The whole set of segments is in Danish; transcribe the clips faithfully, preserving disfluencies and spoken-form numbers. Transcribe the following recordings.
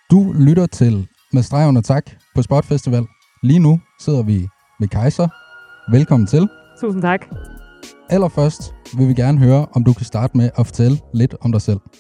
Du lytter til Med streg under tak på Spot Festival. Lige nu sidder vi med Kaiser. Velkommen til. Tusind tak. Allerførst vil vi gerne høre, om du kan starte med at fortælle lidt om dig selv.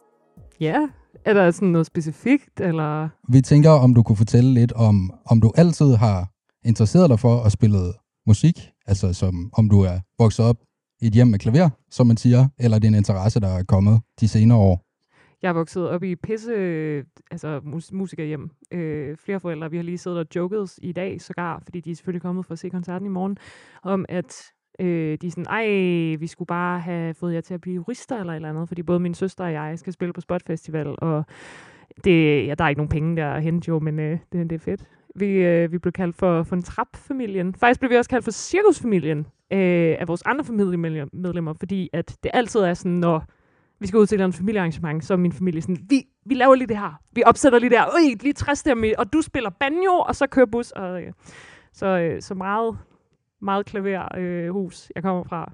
Ja, er der sådan noget specifikt, eller? Vi tænker, om du kunne fortælle lidt om, om du altid har interesseret dig for at spille musik, altså som om du er vokset op i et hjem med klaver, som man siger, eller det er en interesse, der er kommet de senere år. Jeg er vokset op i pisse, altså mus- musikerhjem. Øh, flere forældre, vi har lige siddet og joket i dag sågar, fordi de er selvfølgelig kommet for at se koncerten i morgen, om at øh, de er sådan, ej, vi skulle bare have fået jer til at blive jurister eller et eller andet, fordi både min søster og jeg skal spille på Spot Festival, og det, ja, der er ikke nogen penge der at hente jo, men øh, det, det er fedt. Vi, øh, vi blev kaldt for, for en trap-familien. Faktisk blev vi også kaldt for cirkusfamilien øh, af vores andre familiemedlemmer, fordi at det altid er sådan, når vi skal ud til et familiearrangement, så er min familie sådan, vi, vi laver lige det her. Vi opsætter lige der, øj, lige tres der, og du spiller banjo, og så kører bus. Og, øh, så, øh, så meget, meget klaverhus, øh, jeg kommer fra.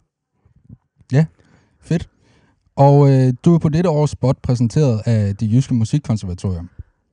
Ja, fedt. Og øh, du er på dette års spot præsenteret af Det Jyske Musikkonservatorium.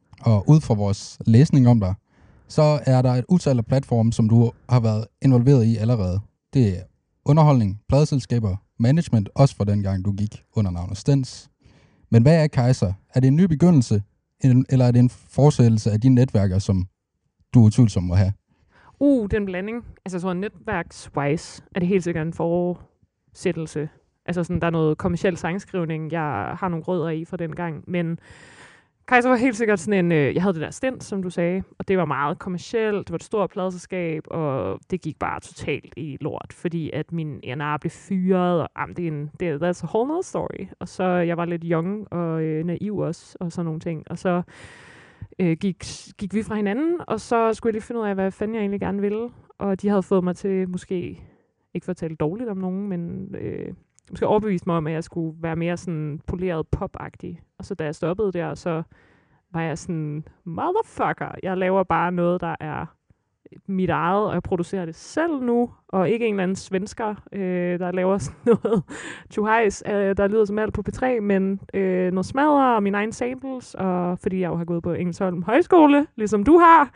Og ud fra vores læsning om dig, så er der et utal af platforme, som du har været involveret i allerede. Det er underholdning, pladeselskaber, management, også for den gang, du gik under navnet Stens. Men hvad er Kaiser? Er det en ny begyndelse, eller er det en fortsættelse af de netværker, som du utvivlsomt må have? Uh, den blanding. Altså, jeg tror, netværkswise er det helt sikkert en fortsættelse. Altså, sådan, der er noget kommerciel sangskrivning, jeg har nogle rødder i fra den gang, men Kaiser var helt sikkert sådan en, øh, jeg havde det der Stens, som du sagde, og det var meget kommercielt, det var et stort pladeselskab, og det gik bare totalt i lort, fordi at min E and R blev fyret, og jamen, det er en, det er, that's a whole nother story. Og så, jeg var lidt young og øh, naiv også, og sådan nogle ting, og så øh, gik, gik vi fra hinanden, og så skulle jeg lige finde ud af, hvad fanden jeg egentlig gerne ville, og de havde fået mig til, måske, ikke for at tale dårligt om nogen, men øh, måske overbeviste mig om, at jeg skulle være mere sådan poleret pop-agtig. Og så da jeg stoppede der, så var jeg sådan, motherfucker, jeg laver bare noget, der er mit eget, og jeg producerer det selv nu, og ikke en eller anden svensker, øh, der laver sådan noget tjuhejs, øh, der lyder som alt på P tre, men øh, noget smadre og mine egne samples, og fordi jeg jo har gået på Engelsholm Højskole, ligesom du har,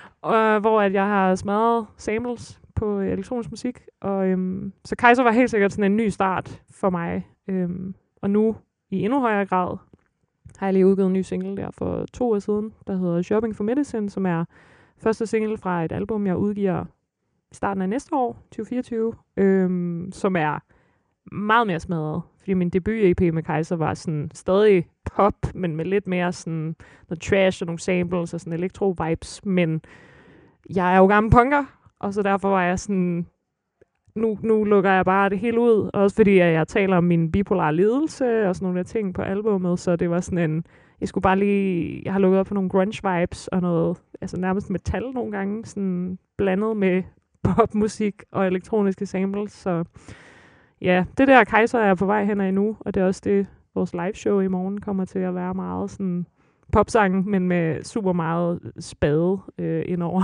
og, hvor at jeg har smadret samples på elektronisk musik, og øhm, så Kaiser var helt sikkert sådan en ny start for mig, øhm, og nu i endnu højere grad har jeg lige udgivet en ny single der for to år siden, der hedder Shopping for Medicine, som er første single fra et album, jeg udgiver i starten af næste år, tyve fireogtyve, øhm, som er meget mere smadret, fordi min debut-E P med Kaiser var sådan stadig pop, men med lidt mere sådan noget trash og nogle samples og sådan elektro-vibes, men jeg er jo gammel punker, og så derfor var jeg sådan, nu, nu lukker jeg bare det hele ud. Også fordi jeg, jeg taler om min bipolare lidelse og sådan nogle der ting på albummet. Så det var sådan en, jeg skulle bare lige, jeg har lukket op på nogle grunge vibes og noget, altså nærmest metal nogle gange, sådan blandet med popmusik og elektroniske samples. Så ja, det der Kaiser er på vej hen ad nu, og det er også det, vores live show i morgen kommer til at være meget sådan popsang, men med super meget spade øh, indover.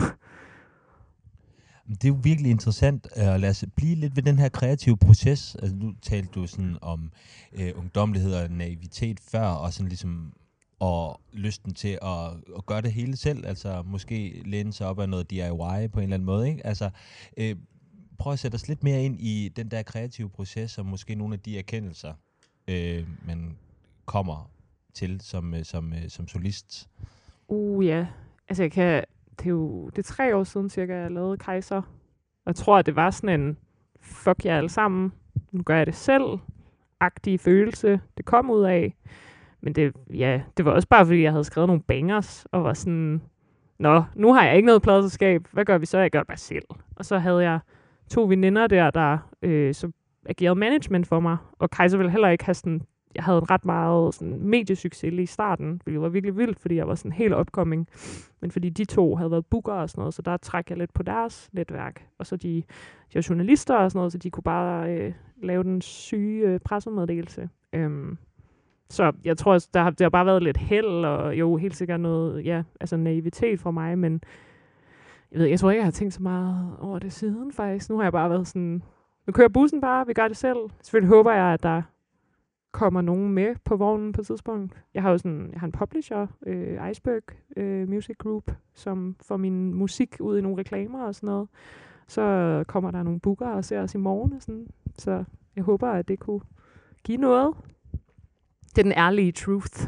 Det er jo virkelig interessant. Uh, lad os blive lidt ved den her kreative proces. Altså, nu talte du sådan om uh, ungdommelighed og naivitet før, og sådan ligesom og lysten til at, at gøre det hele selv. Altså måske læne sig op af noget D I Y på en eller anden måde, ikke? Altså, uh, prøv at sætte os lidt mere ind i den der kreative proces, og måske nogle af de erkendelser, uh, man kommer til som, som, som solist. Uh, ja. Altså, jeg kan... Det er jo det er tre år siden cirka, jeg lavede Kaiser. Og jeg tror, at det var sådan en fuck jer alle sammen. Nu gør jeg det selv. Agtig følelse. Det kom ud af. Men det, ja, det var også bare, fordi jeg havde skrevet nogle bangers. Og var sådan, nå, nu har jeg ikke noget pladeselskab. Hvad gør vi så? Jeg gør det bare selv. Og så havde jeg to veninder der, der øh, så agerede management for mig. Og Kaiser ville heller ikke have sådan... Jeg havde en ret meget sådan, mediesucces lige i starten, fordi det var virkelig vildt, fordi jeg var sådan helt opkoming. Men fordi de to havde været booker og sådan noget, så der træk jeg lidt på deres netværk. Og så de, de var journalister og sådan noget, så de kunne bare øh, lave den syge øh, pressemeddelelse. Øhm, så jeg tror, der har, det har bare været lidt held, og jo helt sikkert noget, ja, altså naivitet fra mig, men jeg ved, jeg tror ikke, jeg har tænkt så meget over det siden faktisk. Nu har jeg bare været sådan, nu kører bussen bare, vi gør det selv. Selvfølgelig håber jeg, at der kommer nogen med på vognen på et tidspunkt. Jeg har jo sådan, jeg har en publisher, øh, Iceberg øh, Music Group, som får min musik ud i nogle reklamer og sådan noget. Så kommer der nogle booker og ser os i morgen og sådan. Så jeg håber, at det kunne give noget. Det er den ærlige truth.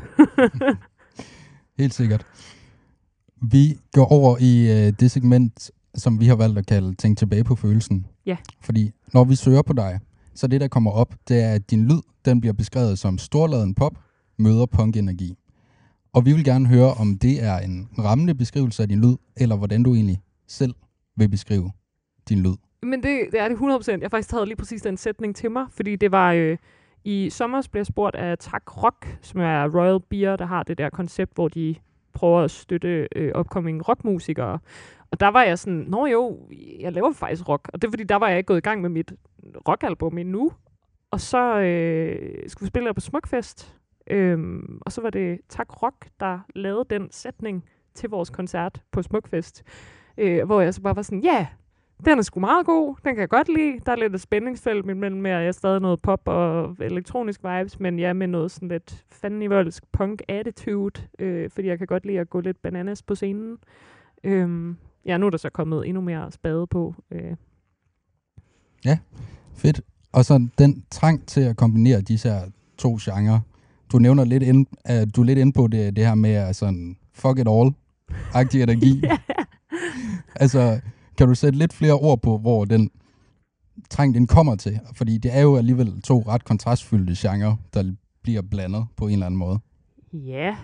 Helt sikkert. Vi går over i øh, det segment, som vi har valgt at kalde Tænk tilbage på følelsen. Ja. Fordi når vi søger på dig, så det, der kommer op, det er, at din lyd, den bliver beskrevet som storladen pop, møder punk-energi. Og vi vil gerne høre, om det er en rammende beskrivelse af din lyd, eller hvordan du egentlig selv vil beskrive din lyd. Men det, det er det hundrede procent. Jeg har faktisk taget lige præcis den sætning til mig, fordi det var øh, i sommer blev jeg spurgt af Tak Rock, som er Royal Beer, der har det der koncept, hvor de prøver at støtte øh, upcoming rockmusikere. Og der var jeg sådan, nå jo, jeg laver faktisk rock. Og det er fordi, der var jeg ikke gået i gang med mit rockalbum endnu. Og så øh, skulle vi spille der på Smukfest. Øhm, og så var det Tak Rock, der lavede den sætning til vores koncert på Smukfest. Øh, hvor jeg så bare var sådan, ja, yeah, den er sgu meget god, den kan jeg godt lide. Der er lidt et spændingsfelt mellem med, at jeg stadig noget pop og elektronisk vibes, men ja, med noget sådan lidt fandenivoldsk punk attitude, øh, fordi jeg kan godt lide at gå lidt bananas på scenen. Øh, ja, nu er der så kommet endnu mere spade på. Øh. Ja, fedt. Og så den trang til at kombinere disse her to genrer. Du nævner lidt ind, uh, du er lidt inde på det, det her med sådan fuck it all-agtig energi. Yeah. Altså, kan du sætte lidt flere ord på, hvor den trang, den kommer til? Fordi det er jo alligevel to ret kontrastfyldte genrer, der bliver blandet på en eller anden måde. Ja.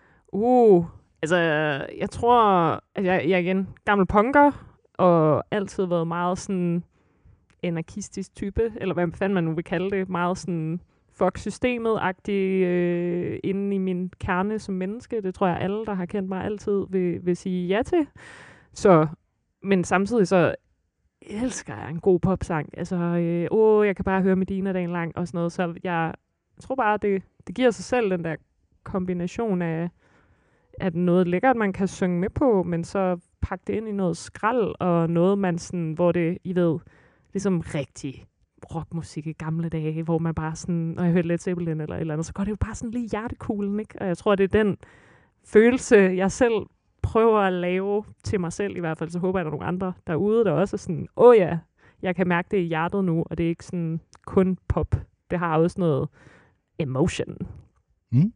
Uh, altså, jeg tror, at jeg, jeg er igen gammel punker, og altid været meget sådan anarkistisk type, eller hvad fanden man nu vil kalde det, meget sådan fuck systemet-agtig øh, inde i min kerne som menneske. Det tror jeg, alle, der har kendt mig altid, vil, vil sige ja til. Så, men samtidig så elsker jeg en god popsang. Altså, øh, åh, jeg kan bare høre Medina dagen lang og sådan noget. Så jeg tror bare, det, det giver sig selv den der kombination af, at noget lækkert, man kan synge med på, men så pakke det ind i noget skrald, og noget, man sådan, hvor det, I ved, ligesom rigtig rockmusik i gamle dage, hvor man bare sådan, når jeg hørte Led Zeppelin eller et eller andet, så går det jo bare sådan lige hjertekuglen, ikke? Og jeg tror, det er den følelse, jeg selv prøver at lave til mig selv i hvert fald, så håber jeg, at der er nogle andre derude, der også er sådan, åh oh ja, jeg kan mærke det i hjertet nu, og det er ikke sådan kun pop. Det har også noget emotion. Mm.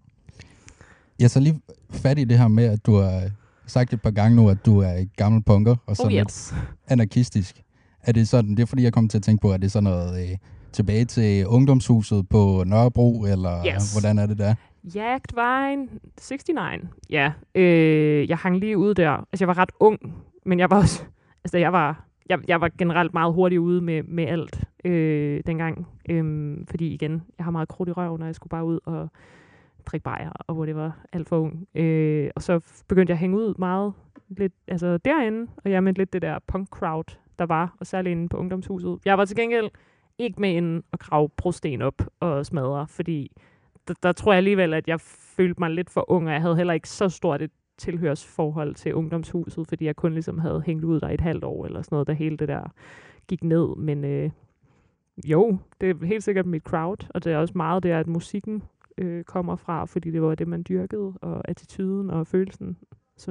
Jeg så lige fat i det her med, at du har sagt et par gange nu, at du er gammel punker, og så oh, lidt yes. anarkistisk. Er det sådan, det er fordi, jeg kom til at tænke på, at det er sådan noget øh, tilbage til ungdomshuset på Nørrebro, eller yes. hvordan er det der? Jagtvejen seksogtres. Ja, øh, jeg hang lige ude der. Altså, jeg var ret ung, men jeg var også, altså, jeg var, jeg, jeg var generelt meget hurtigt ude med, med alt øh, dengang. Øh, fordi igen, jeg har meget krudt i røven, og jeg skulle bare ud og drikke bajer, og hvor det var alt for ung. Øh, og så begyndte jeg at hænge ud meget lidt, altså derinde, og jeg mente lidt det der punk-crowd, der var, og særligt inde på ungdomshuset. Jeg var til gengæld ikke med inde og grave brosten op og smadre, fordi der, der tror jeg alligevel, at jeg følte mig lidt for ung, og jeg havde heller ikke så stort et tilhørsforhold til ungdomshuset, fordi jeg kun ligesom havde hængt ud der et halvt år, eller sådan noget, da hele det der gik ned. Men øh, jo, det er helt sikkert mit crowd, og det er også meget der, at musikken øh, kommer fra, fordi det var det, man dyrkede, og attituden og følelsen osv.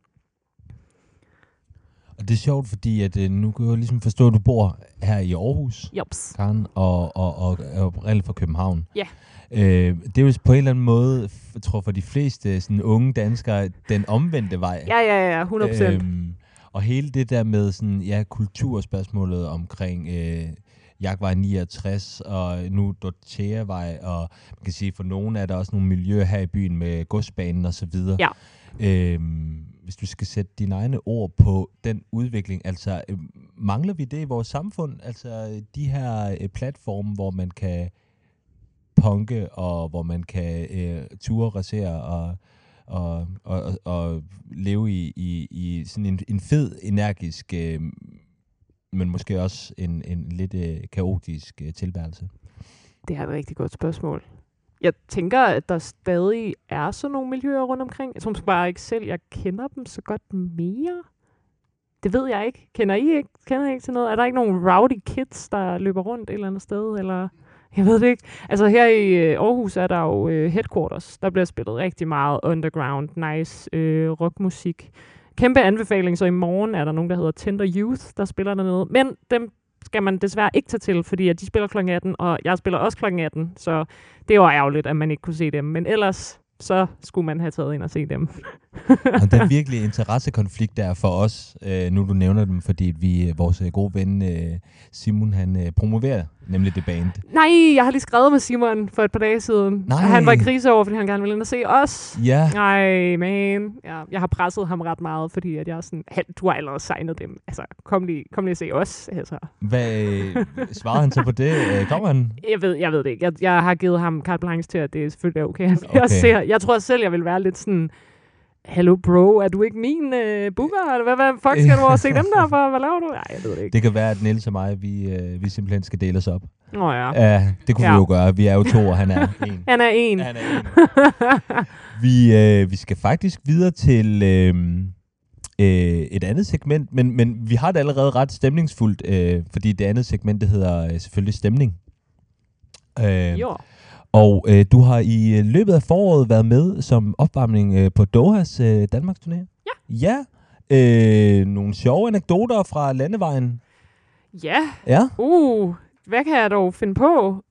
Og det er sjovt, fordi at, nu kan jeg ligesom forstå, at du bor her i Aarhus, Jops. Karen, og, og, og er oprindelig fra København. Ja. Øh, det er jo på en eller anden måde, jeg tror for de fleste sådan, unge danskere, den omvendte vej. Ja, ja, ja, hundrede procent. Øhm, og hele det der med sådan, ja, kulturspørgsmålet omkring øh, Jagtvej niogtres og nu Dortheavej, og man kan sige, for nogen er der også nogle miljøer her i byen med godsbanen og så videre. Ja. Øhm, hvis du skal sætte dine egne ord på den udvikling, altså øh, mangler vi det i vores samfund? Altså de her øh, platforme, hvor man kan punke, og hvor man kan øh, ture, rasere og, og, og, og, og leve i, i, i sådan en, en fed, energisk, øh, men måske også en, en lidt øh, kaotisk øh, tilværelse? Det er et rigtig godt spørgsmål. Jeg tænker, at der stadig er sådan nogle miljøer rundt omkring. Jeg tror måske bare ikke selv, jeg kender dem så godt mere. Det ved jeg ikke. Kender I ikke? Kender I ikke til noget? Er der ikke nogen rowdy kids, der løber rundt et eller andet sted? Eller Jeg ved det ikke. Altså her i Aarhus er der jo uh, Headquarters. Der bliver spillet rigtig meget underground, nice uh, rockmusik. Kæmpe anbefaling, så i morgen er der nogen, der hedder Tender Youth, der spiller dernede. Men dem skal man desværre ikke tage til, fordi at de spiller klokken atten, og jeg spiller også klokken atten, så det var ærgerligt, at man ikke kunne se dem. Men ellers, så skulle man have taget ind og se dem. Og der er virkelig interessekonflikt der for os, øh, nu du nævner dem, fordi vi, vores gode ven øh, Simon, han øh, promoverer nemlig det band. Nej, jeg har lige skrevet med Simon for et par dage siden. Nej. Han var i krise over, fordi han gerne ville ind og se os. Ja. Nej, man. Ja, jeg har presset ham ret meget, fordi at jeg er sådan, du har allerede signet dem. Altså, kom lige, kom lige og se os. Altså. Hvad øh, svarede han så på det? Øh, kommer han? Jeg ved, jeg ved det ikke. Jeg, jeg har givet ham carte blanche til, at det selvfølgelig er okay. Okay. Jeg, ser, jeg tror selv, jeg vil være lidt sådan, hallo bro, er du ikke min øh, booker? Eller hvad, hvad fuck skal du over se dem der for? Hvad laver du? Nej, jeg ved det ikke. Det kan være, at Niels og mig, vi, øh, vi simpelthen skal dele os op. Nå ja. Ja, det kunne Ja. vi jo gøre. Vi er jo to, og han er en. Han er en. Han er en. Vi, øh, vi skal faktisk videre til øh, øh, et andet segment, men, men vi har det allerede ret stemningsfuldt, øh, fordi det andet segment, det hedder øh, selvfølgelig stemning. Øh, Jo. Og øh, du har i øh, løbet af foråret været med som opvarmning øh, på Dohas øh, Danmarks turné. Ja. Ja. Øh, nogle sjove anekdoter fra landevejen. Ja. Ja. Uh, hvad kan jeg dog finde på?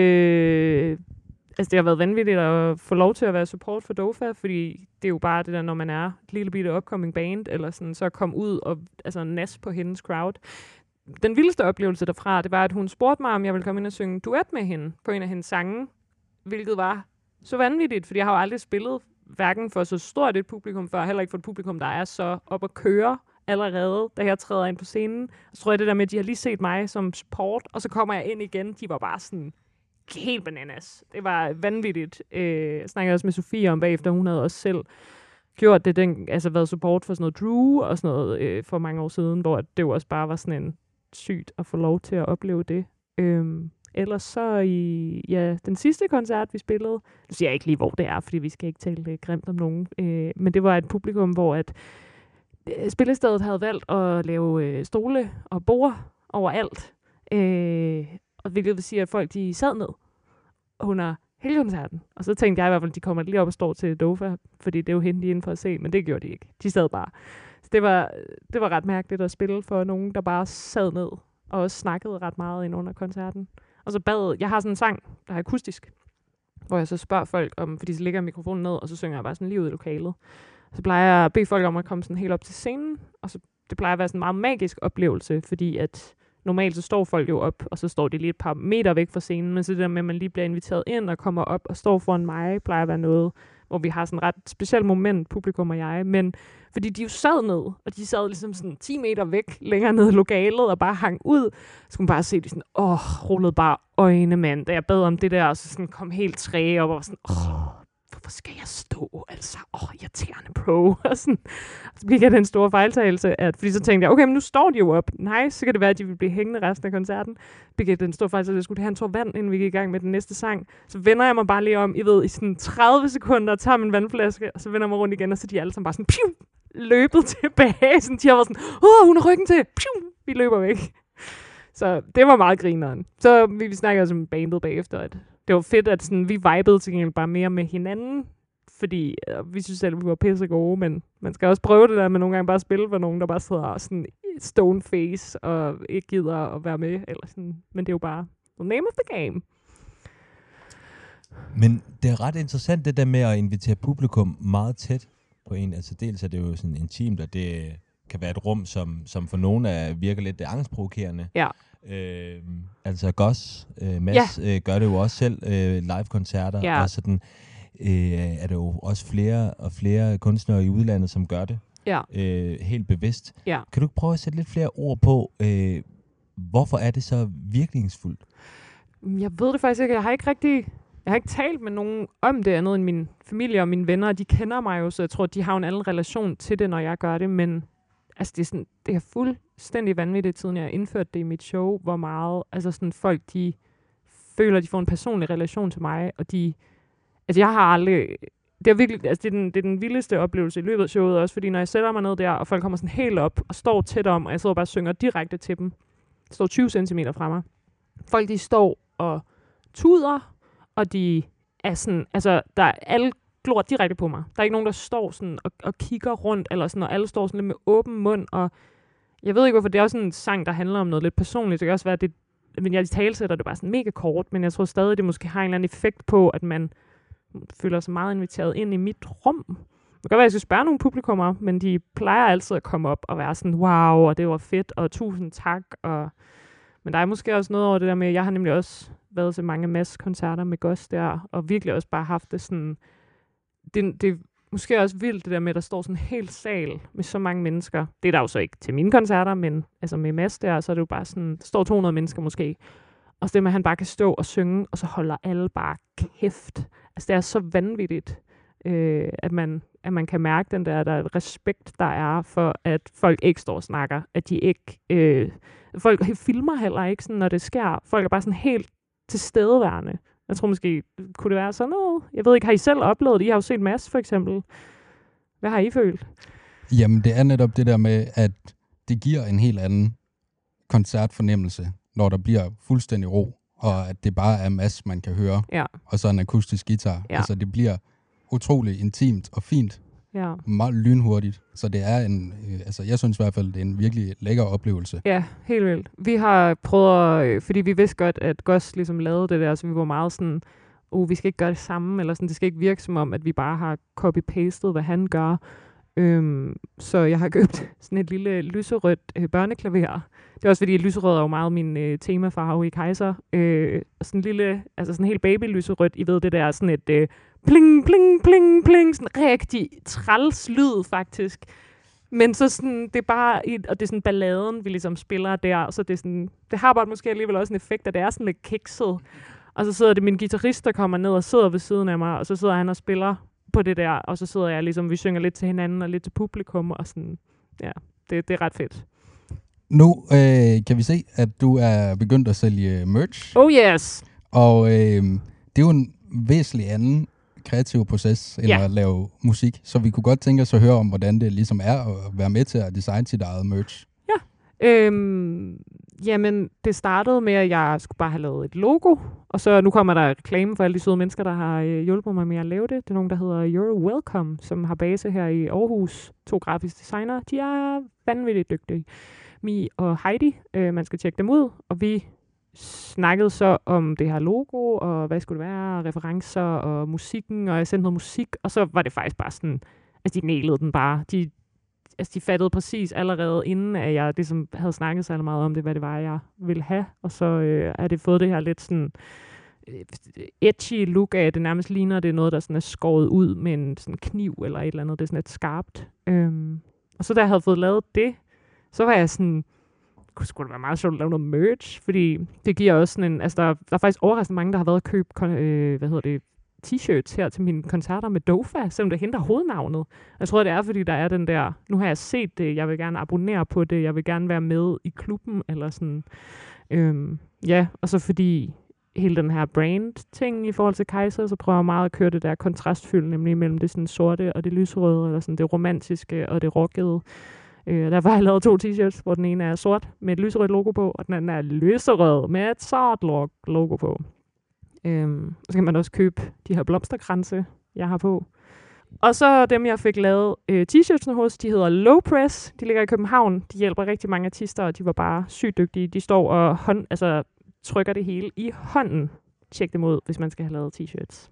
Øh, altså, det har været vanvittigt at få lov til at være support for Dofa, fordi det er jo bare det der, når man er et lille bitte upcoming band, eller sådan, så komme ud og altså, nas på hendes crowd. Den vildeste oplevelse derfra, det var, at hun spurgte mig, om jeg ville komme ind og synge duet med hende på en af hendes sange, hvilket var så vanvittigt, fordi jeg har jo aldrig spillet hverken for så stort et publikum før, heller ikke for et publikum, der er så op at køre allerede, da jeg træder ind på scenen. Så tror jeg det der med, at de har lige set mig som support, og så kommer jeg ind igen. De var bare sådan helt bananas. Det var vanvittigt. Øh, jeg snakkede også med Sofie om bagefter, hun havde også selv gjort det, den, altså været support for sådan noget Drew og sådan noget øh, for mange år siden, hvor det jo også bare var sådan en sygt at få lov til at opleve det. Øhm, ellers så i ja, den sidste koncert, vi spillede, nu siger jeg ikke lige, hvor det er, fordi vi skal ikke tale øh, grimt om nogen, øh, men det var et publikum, hvor at øh, spillestedet havde valgt at lave øh, stole og bord overalt, øh, og hvilket vil sige, at folk de sad ned under hele koncerten. Og så tænkte jeg i hvert fald, at de kommer lige op og står til Dofa, fordi det er jo hende, de er inde for at se, men det gjorde de ikke. De sad bare. Så det var, det var ret mærkeligt at spille for nogen, der bare sad ned og også snakkede ret meget ind under koncerten. Og så bad, jeg har sådan en sang, der er akustisk, hvor jeg så spørger folk om, fordi så lægger mikrofonen ned, og så synger jeg bare sådan lige ud i lokalet. Så plejer jeg at bede folk om at komme sådan helt op til scenen, og så det plejer at være sådan en meget magisk oplevelse, fordi at normalt så står folk jo op, og så står de lige et par meter væk fra scenen, men så det der med, at man lige bliver inviteret ind og kommer op og står foran mig, plejer at være noget, hvor vi har sådan et ret specielt moment, publikum og jeg, men fordi de jo sad ned, og de sad ligesom sådan ti meter væk, længere ned i lokalet, og bare hang ud, så kunne man bare se, de sådan, åh, rullede bare øjne, mand, da jeg bad om det der, og så sådan kom helt træge op, og var sådan, åh, hvorfor skal jeg stå, altså, åh, irriterende pro, og sådan, så blev jeg den store fejltagelse, at, fordi så tænkte jeg, okay, men nu står de jo op, nej, så kan det være, at de vil blive hængende resten af koncerten, blev jeg den store fejltagelse, at jeg skulle have en tår vand, inden vi gik i gang med den næste sang, så vender jeg mig bare lige om, I ved, i sådan tredive sekunder, tager min vandflaske, og så vender jeg mig rundt igen, og så er de alle sammen bare sådan, piu, løbet tilbage, sådan, de har været sådan, åh, hun har ryggen til, piu, vi løber væk. Så det var meget grineren. Så vi, vi snakkede også om bandet bagefter, at det var fedt, at sådan, vi vibede til gengæld bare mere med hinanden, fordi øh, vi synes selv, at vi var pisse gode, men man skal også prøve det der med nogle gange bare at spille for nogen, der bare sidder sådan stone face og ikke gider at være med. Eller sådan. Men det er jo bare the name of the game. Men det er ret interessant, det der med at invitere publikum meget tæt på en. Altså dels er det jo sådan intimt, og det kan være et rum, som, som for nogen er, virker lidt angstprovokerende. Ja. Øh, altså Goss, øh, Mads, ja. øh, gør det jo også selv, øh, live-koncerter, ja. og sådan øh, er der jo også flere og flere kunstnere i udlandet, som gør det, ja. øh, helt bevidst. Ja. Kan du ikke prøve at sætte lidt flere ord på, øh, hvorfor er det så virkningsfuldt? Jeg ved det faktisk ikke. Jeg har ikke rigtig... Jeg har ikke talt med nogen om det andet end min familie og mine venner. De kender mig jo, så jeg tror, de har en anden relation til det, når jeg gør det, men altså, det er, sådan, det er fuldstændig vanvittigt, siden jeg har indført det i mit show, hvor meget altså sådan, folk de føler, de får en personlig relation til mig, og de... Altså, jeg har aldrig... Det er virkelig... Altså, det er, den, det er den vildeste oplevelse i løbet af showet også, fordi når jeg sætter mig ned der, og folk kommer sådan helt op og står tæt om, og jeg sidder bare og synger direkte til dem, står tyve centimeter fra mig. Folk, de står og tuder, og de er sådan, altså, der er alle glor direkte på mig. Der er ikke nogen, der står sådan og, og kigger rundt, eller sådan, og alle står sådan lidt med åben mund, og jeg ved ikke, hvorfor det er også sådan en sang, der handler om noget lidt personligt. Det kan også være, at det, men jeg talesætter det bare sådan mega kort, men jeg tror stadig, det måske har en eller anden effekt på, at man føler sig meget inviteret ind i mit rum. Det kan være, at jeg skal spørge nogle publikummer, men de plejer altid at komme op og være sådan, wow, og det var fedt, og tusind tak. Og men der er måske også noget over det der med, jeg har nemlig også været til mange Mads-koncerter med Goss der, og virkelig også bare haft det sådan, det, det er måske også vildt det der med, at der står sådan en hel sal med så mange mennesker. Det er der jo så ikke til mine koncerter, men altså med Mads der, så er det jo bare sådan, der står to hundrede mennesker måske, og så det med, at han bare kan stå og synge, og så holder alle bare kæft. Altså det er så vanvittigt, øh, at, man, at man kan mærke den der, der er respekt, der er for, at folk ikke står og snakker, at de ikke, øh, folk filmer heller ikke, sådan, når det sker. Folk er bare sådan helt tilstedeværende. Jeg tror måske, kunne det være sådan noget? Jeg ved ikke, har I selv oplevet det? I har jo set Mads for eksempel. Hvad har I følt? Jamen, det er netop det der med, at det giver en helt anden koncertfornemmelse, når der bliver fuldstændig ro, og at det bare er Mads, man kan høre, ja. og så en akustisk guitar. Ja. Altså, det bliver utrolig intimt og fint. Ja. Meget lynhurtigt. Så det er en, øh, altså jeg synes i hvert fald, det er en virkelig lækker oplevelse. Ja, helt vildt. Vi har prøvet, øh, fordi vi vidste godt, at Goss ligesom lavede det der, så vi var meget sådan, oh, vi skal ikke gøre det samme, eller sådan, det skal ikke virke som om, at vi bare har copy-pastet, hvad han gør. Øhm, så jeg har købt sådan et lille lyserødt øh, børneklaver. Det er også fordi, lyserød er jo meget min øh, temafarve i Kaiser. Øh, sådan en lille, altså sådan helt baby lyserødt, I ved det der, sådan et øh, pling, pling, pling, pling, sådan rigtig træls lyd faktisk. Men så sådan, det er bare, et, og det er sådan balladen, vi ligesom spiller der, så det er sådan, det har bare måske alligevel også en effekt, at det er sådan lidt kikset. Og så sidder det min guitarist, der kommer ned og sidder ved siden af mig, og så sidder han og spiller på det der, og så sidder jeg ligesom, vi synger lidt til hinanden og lidt til publikum, og sådan, ja, det, det er ret fedt. Nu øh, kan vi se, at du er begyndt at sælge merch. Oh yes! Og øh, det er jo en væsentlig anden kreativ proces, end ja. at lave musik. Så vi kunne godt tænke os at høre om, hvordan det ligesom er at være med til at designe sit eget merch. Ja. Øhm, jamen, det startede med, at jeg skulle bare have lavet et logo, og så nu kommer der reklame for alle de søde mennesker, der har øh, hjulpet mig med at lave det. Det er nogen, der hedder You're Welcome, som har base her i Aarhus. To grafiske designer. De er vanvittigt dygtige. Mi og Heidi, øh, man skal tjekke dem ud, og vi snakkede så om det her logo, og hvad skulle det være, referencer og musikken, og jeg sendte noget musik, og så var det faktisk bare sådan, altså de nailede den bare. De, altså de fattede præcis allerede inden, at jeg ligesom havde snakket så meget om det, hvad det var, jeg ville have, og så øh, er det fået det her lidt sådan øh, edgy look af, det nærmest ligner, det er noget, der sådan er skåret ud med en sådan kniv eller et eller andet, det er sådan lidt skarpt. Øhm, og så da jeg havde fået lavet det, så var jeg sådan, skulle det være meget sjovt at lave noget merch, fordi det giver også sådan en, altså der, der er faktisk overraskende mange, der har været at købe, øh, hvad hedder det, t-shirts her til mine koncerter med Dofa, selvom det henter hovednavnet. Jeg tror, det er, fordi der er den der, nu har jeg set det, jeg vil gerne abonnere på det, jeg vil gerne være med i klubben, eller sådan. Øhm, ja, og så fordi hele den her brand-ting i forhold til Kaiser, så prøver jeg meget at køre det der kontrastfyld, nemlig mellem det sådan sorte og det lyserøde, eller sådan det romantiske og det rockede. Øh, derfor har jeg lavet to t-shirts, hvor den ene er sort med et lyserødt logo på, og den anden er lyserød med et sort logo på. Øhm, så kan man også købe de her blomsterkranse, jeg har på. Og så dem, jeg fik lavet øh, t-shirtsene hos, de hedder Low Press. De ligger i København. De hjælper rigtig mange artister, og de var bare sygt dygtige. De står og hånd, altså, trykker det hele i hånden. Tjek dem ud, hvis man skal have lavet t-shirts.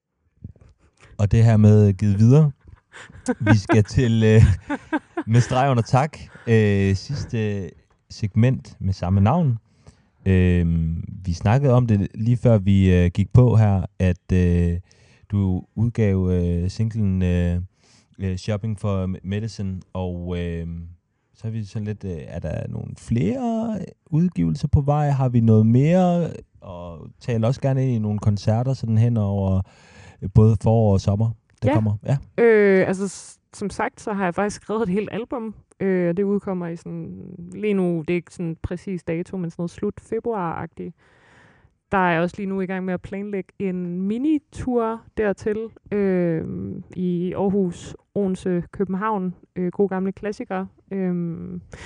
Og det her med givet videre. Vi skal til øh, med streg under tak. Øh, sidste segment med samme navn. Øh, vi snakkede om det lige før vi øh, gik på her, at øh, du udgav øh, singlen øh, øh, Shopping for Medicine, og øh, så er vi sådan lidt, øh, er der nogle flere udgivelser på vej? Har vi noget mere? Og taler også gerne ind i nogle koncerter sådan hen over øh, både forår og sommer. Der ja. kommer. Ja. Øh, altså, s- som sagt, så har jeg faktisk skrevet et helt album. Øh, det udkommer i sådan, lige nu, det er ikke sådan præcis dato, men sådan noget slut februar-agtigt. Der er jeg også lige nu i gang med at planlægge en mini-tour dertil øh, i Aarhus, Odense, København. Øh, gode gamle klassikere. Øh,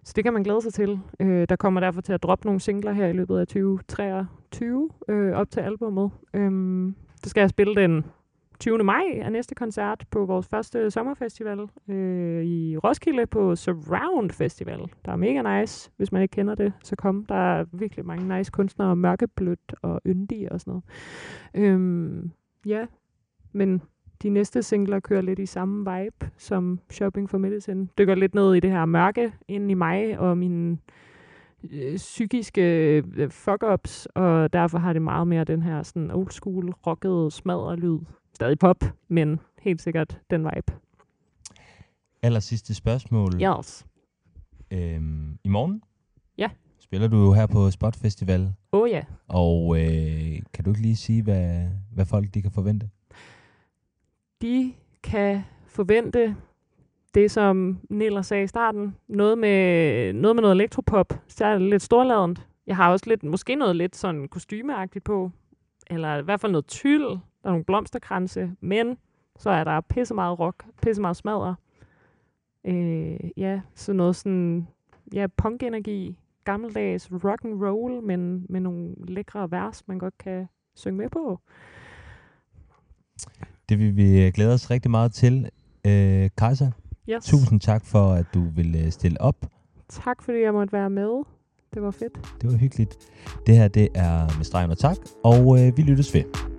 Så det kan man glæde sig til. Øh, der kommer derfor til at droppe nogle singler her i løbet af tyve treogtyve øh, op til albummet. Øhm, så skal jeg spille den tyvende maj af næste koncert på vores første sommerfestival øh, i Roskilde på Surround Festival. Der er mega nice. Hvis man ikke kender det, så kom. Der er virkelig mange nice kunstnere, Mørkeblødt og Yndig og sådan noget. Øhm, ja, men de næste singler kører lidt i samme vibe som Shopping for Medicine. Dykker lidt ned i det her mørke inde i mig og mine øh, psykiske øh, fuck-ups, og derfor har det meget mere den her sådan old school, rockede smadrelyd. Stadig pop, men helt sikkert den vibe. Aller sidste spørgsmål. Yes. Øhm, I morgen? Ja. Spiller du jo her på Spot Festival. Oh ja. Og øh, kan du ikke lige sige, hvad, hvad folk de kan forvente? De kan forvente det, som Niller sagde i starten. Noget med noget, med noget elektropop. Så er det lidt storladent. Jeg har også lidt, måske noget lidt sådan kostymeagtigt på. Eller i hvert fald noget tyld. Der er nogle blomsterkranse. Men så er der pisse meget rock. Pisse meget smadre. Øh, ja, så noget sådan... Ja, punk-energi. Gammeldags rock and roll, men med nogle lækre vers, man godt kan synge med på. Det vil vi glæde os rigtig meget til. Øh, Kajsa, Yes. tusind tak for, at du ville stille op. Tak fordi jeg måtte være med. Det var fedt. Det var hyggeligt. Det her, det er Med Stregen og Tak, og øh, vi lyttes ved.